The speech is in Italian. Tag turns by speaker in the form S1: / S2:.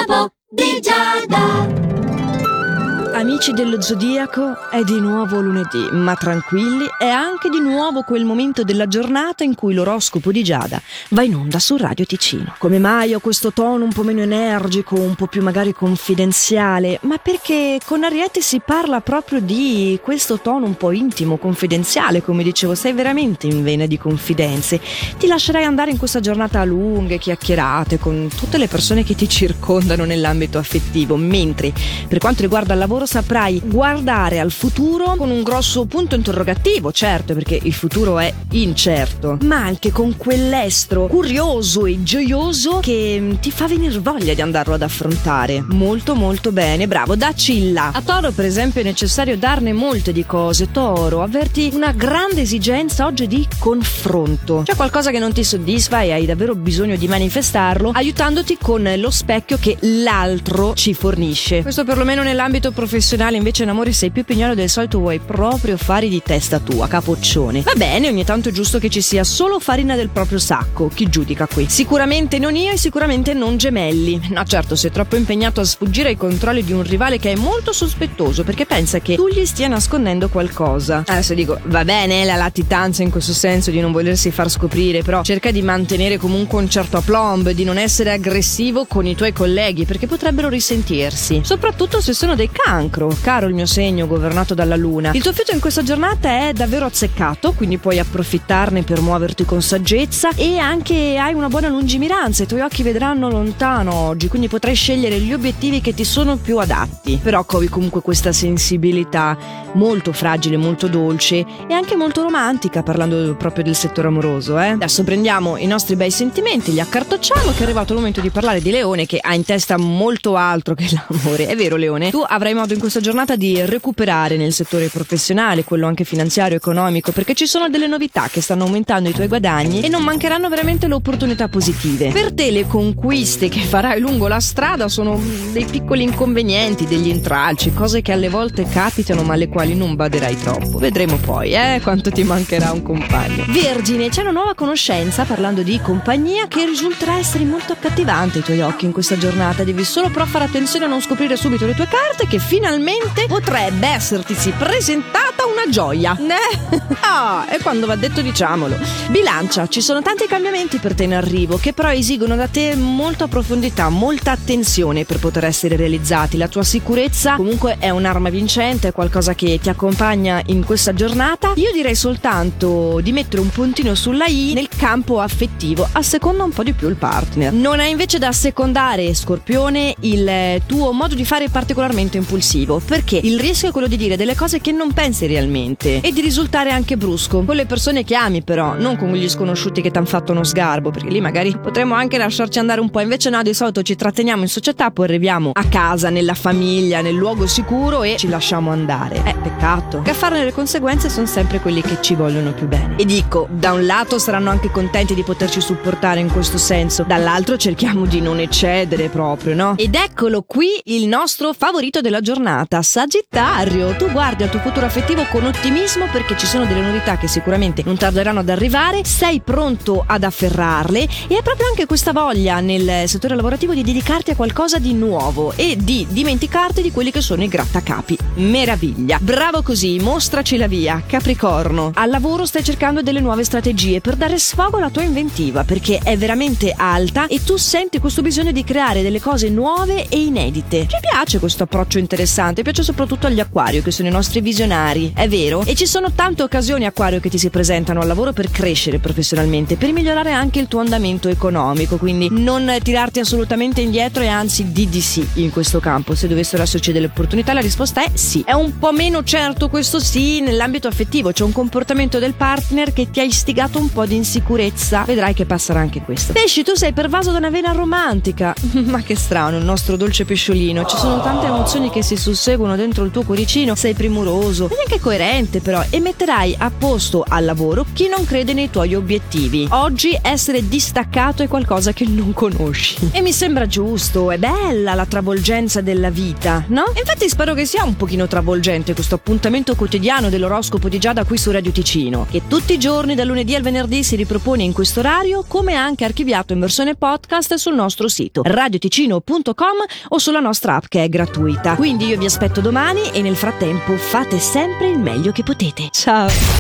S1: L'oroscopo di Giada.
S2: Amici dello Zodiaco, è di nuovo lunedì, ma tranquilli, è anche di nuovo quel momento della giornata in cui l'oroscopo di Giada va in onda su Radio Ticino. Come mai ho questo tono un po' meno energico, un po' più magari confidenziale? Ma perché con Ariete si parla proprio di questo tono un po' intimo, confidenziale, come dicevo, sei veramente in vena di confidenze. Ti lascerai andare in questa giornata a lunghe chiacchierate con tutte le persone che ti circondano nell'ambito affettivo, mentre per quanto riguarda il lavoro saprai guardare al futuro con un grosso punto interrogativo, certo, perché il futuro è incerto, ma anche con quell'estro curioso e gioioso che ti fa venire voglia di andarlo ad affrontare. Molto molto bene, bravo, dacci là. A Toro per esempio è necessario darne molte di cose. Toro, avverti una grande esigenza oggi di confronto. C'è qualcosa che non ti soddisfa e hai davvero bisogno di manifestarlo aiutandoti con lo specchio che l'altro ci fornisce. Questo perlomeno nell'ambito professionale. Invece in amore sei più pignolo del solito, vuoi proprio fare di testa tua, capoccione. Va bene, ogni tanto è giusto che ci sia solo farina del proprio sacco. Chi giudica qui? Sicuramente non io e sicuramente non Gemelli. No certo, sei troppo impegnato a sfuggire ai controlli di un rivale che è molto sospettoso perché pensa che tu gli stia nascondendo qualcosa. Adesso dico, va bene la latitanza in questo senso di non volersi far scoprire, però cerca di mantenere comunque un certo aplomb, di non essere aggressivo con i tuoi colleghi perché potrebbero risentirsi, soprattutto se sono dei cancro. Caro il mio segno governato dalla luna, il tuo fiuto in questa giornata è davvero azzeccato, quindi puoi approfittarne per muoverti con saggezza e anche hai una buona lungimiranza. I tuoi occhi vedranno lontano oggi, quindi potrai scegliere gli obiettivi che ti sono più adatti, però covi comunque questa sensibilità molto fragile, molto dolce e anche molto romantica, parlando proprio del settore amoroso. Adesso prendiamo i nostri bei sentimenti, li accartocciamo, che è arrivato il momento di parlare di Leone, che ha in testa molto altro che l'amore. È vero Leone? Tu avrai modo in questa giornata di recuperare nel settore professionale, quello anche finanziario, economico, perché ci sono delle novità che stanno aumentando i tuoi guadagni e non mancheranno veramente le opportunità positive. Per te le conquiste che farai lungo la strada sono dei piccoli inconvenienti, degli intralci, cose che alle volte capitano ma alle quali non baderai troppo. Vedremo poi, quanto ti mancherà un compagno. Vergine, c'è una nuova conoscenza, parlando di compagnia, che risulterà essere molto accattivante ai tuoi occhi in questa giornata. Devi solo però fare attenzione a non scoprire subito le tue carte, che finalmente potrebbe essertisi presentata una gioia. E quando va detto diciamolo. Bilancia, ci sono tanti cambiamenti per te in arrivo che però esigono da te molta profondità, molta attenzione per poter essere realizzati. La tua sicurezza comunque è un'arma vincente, è qualcosa che ti accompagna in questa giornata. Io direi soltanto di mettere un puntino sulla i nel campo affettivo, asseconda un po' di più il partner. Non hai invece da assecondare, Scorpione, il tuo modo di fare particolarmente impulsivo, perché il rischio è quello di dire delle cose che non pensi realmente e di risultare anche brusco con le persone che ami, però non con gli sconosciuti che t'han fatto uno sgarbo, perché lì magari potremmo anche lasciarci andare un po'. Invece no, di solito ci tratteniamo in società, poi arriviamo a casa, nella famiglia, nel luogo sicuro e ci lasciamo andare. Peccato, che a farne le conseguenze sono sempre quelli che ci vogliono più bene. E dico, da un lato saranno anche contenti di poterci supportare in questo senso, dall'altro cerchiamo di non eccedere proprio, no? Ed eccolo qui il nostro favorito della giornata, Sagittario. Tu guardi al tuo futuro affettivo con ottimismo perché ci sono delle novità che sicuramente non tarderanno ad arrivare, sei pronto ad afferrarle e hai proprio anche questa voglia nel settore lavorativo di dedicarti a qualcosa di nuovo e di dimenticarti di quelli che sono i grattacapi. Meraviglia, bravo così, mostraci la via. Capricorno, al lavoro stai cercando delle nuove strategie per dare sfogo alla tua inventiva perché è veramente alta e tu senti questo bisogno di creare delle cose nuove e inedite. Ci piace questo approccio interessante, piace soprattutto agli Acquario, che sono i nostri visionari, è vero? E ci sono tante occasioni, Acquario, che ti si presentano al lavoro per crescere professionalmente, per migliorare anche il tuo andamento economico, quindi non tirarti assolutamente indietro e anzi di sì in questo campo. Se dovessero esserci delle opportunità la risposta è sì. È un po' meno certo questo sì nell'ambito affettivo, c'è un comportamento del partner che ti ha istigato un po' di insicurezza, vedrai che passerà anche questo. Pesci, tu sei pervaso da una vena romantica. Ma che strano, il nostro dolce pesciolino, ci sono tante emozioni che si susseguono dentro il tuo cuoricino, sei premuroso e anche coerente coerente però e metterai a posto al lavoro chi non crede nei tuoi obiettivi. Oggi essere distaccato è qualcosa che non conosci. E mi sembra giusto, è bella la travolgenza della vita, no? Infatti spero che sia un pochino travolgente questo appuntamento quotidiano dell'oroscopo di Giada qui su Radio Ticino, che tutti i giorni dal lunedì al venerdì si ripropone in questo orario, come anche archiviato in versione podcast sul nostro sito radioticino.com o sulla nostra app che è gratuita. Quindi io vi aspetto domani e nel frattempo fate sempre il meglio che potete. Ciao!